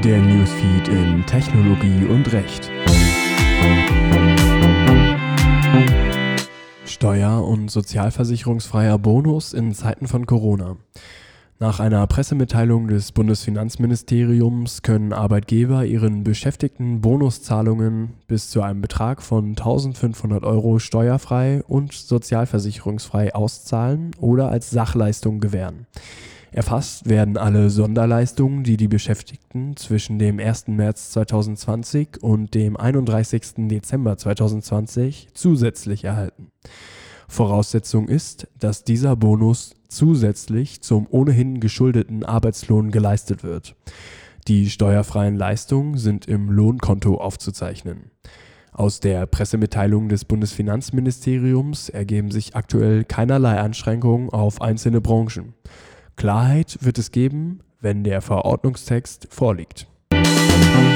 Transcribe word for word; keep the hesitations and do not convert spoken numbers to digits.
Der Newsfeed in Technologie und Recht. Steuer- und sozialversicherungsfreier Bonus in Zeiten von Corona. Nach einer Pressemitteilung des Bundesfinanzministeriums können Arbeitgeber ihren Beschäftigten Bonuszahlungen bis zu einem Betrag von eintausendfünfhundert Euro steuerfrei und sozialversicherungsfrei auszahlen oder als Sachleistung gewähren. Erfasst werden alle Sonderleistungen, die die Beschäftigten zwischen dem ersten März zweitausendzwanzig und dem einunddreißigsten Dezember zweitausendzwanzig zusätzlich erhalten. Voraussetzung ist, dass dieser Bonus zusätzlich zum ohnehin geschuldeten Arbeitslohn geleistet wird. Die steuerfreien Leistungen sind im Lohnkonto aufzuzeichnen. Aus der Pressemitteilung des Bundesfinanzministeriums ergeben sich aktuell keinerlei Einschränkungen auf einzelne Branchen. Klarheit wird es geben, wenn der Verordnungstext vorliegt.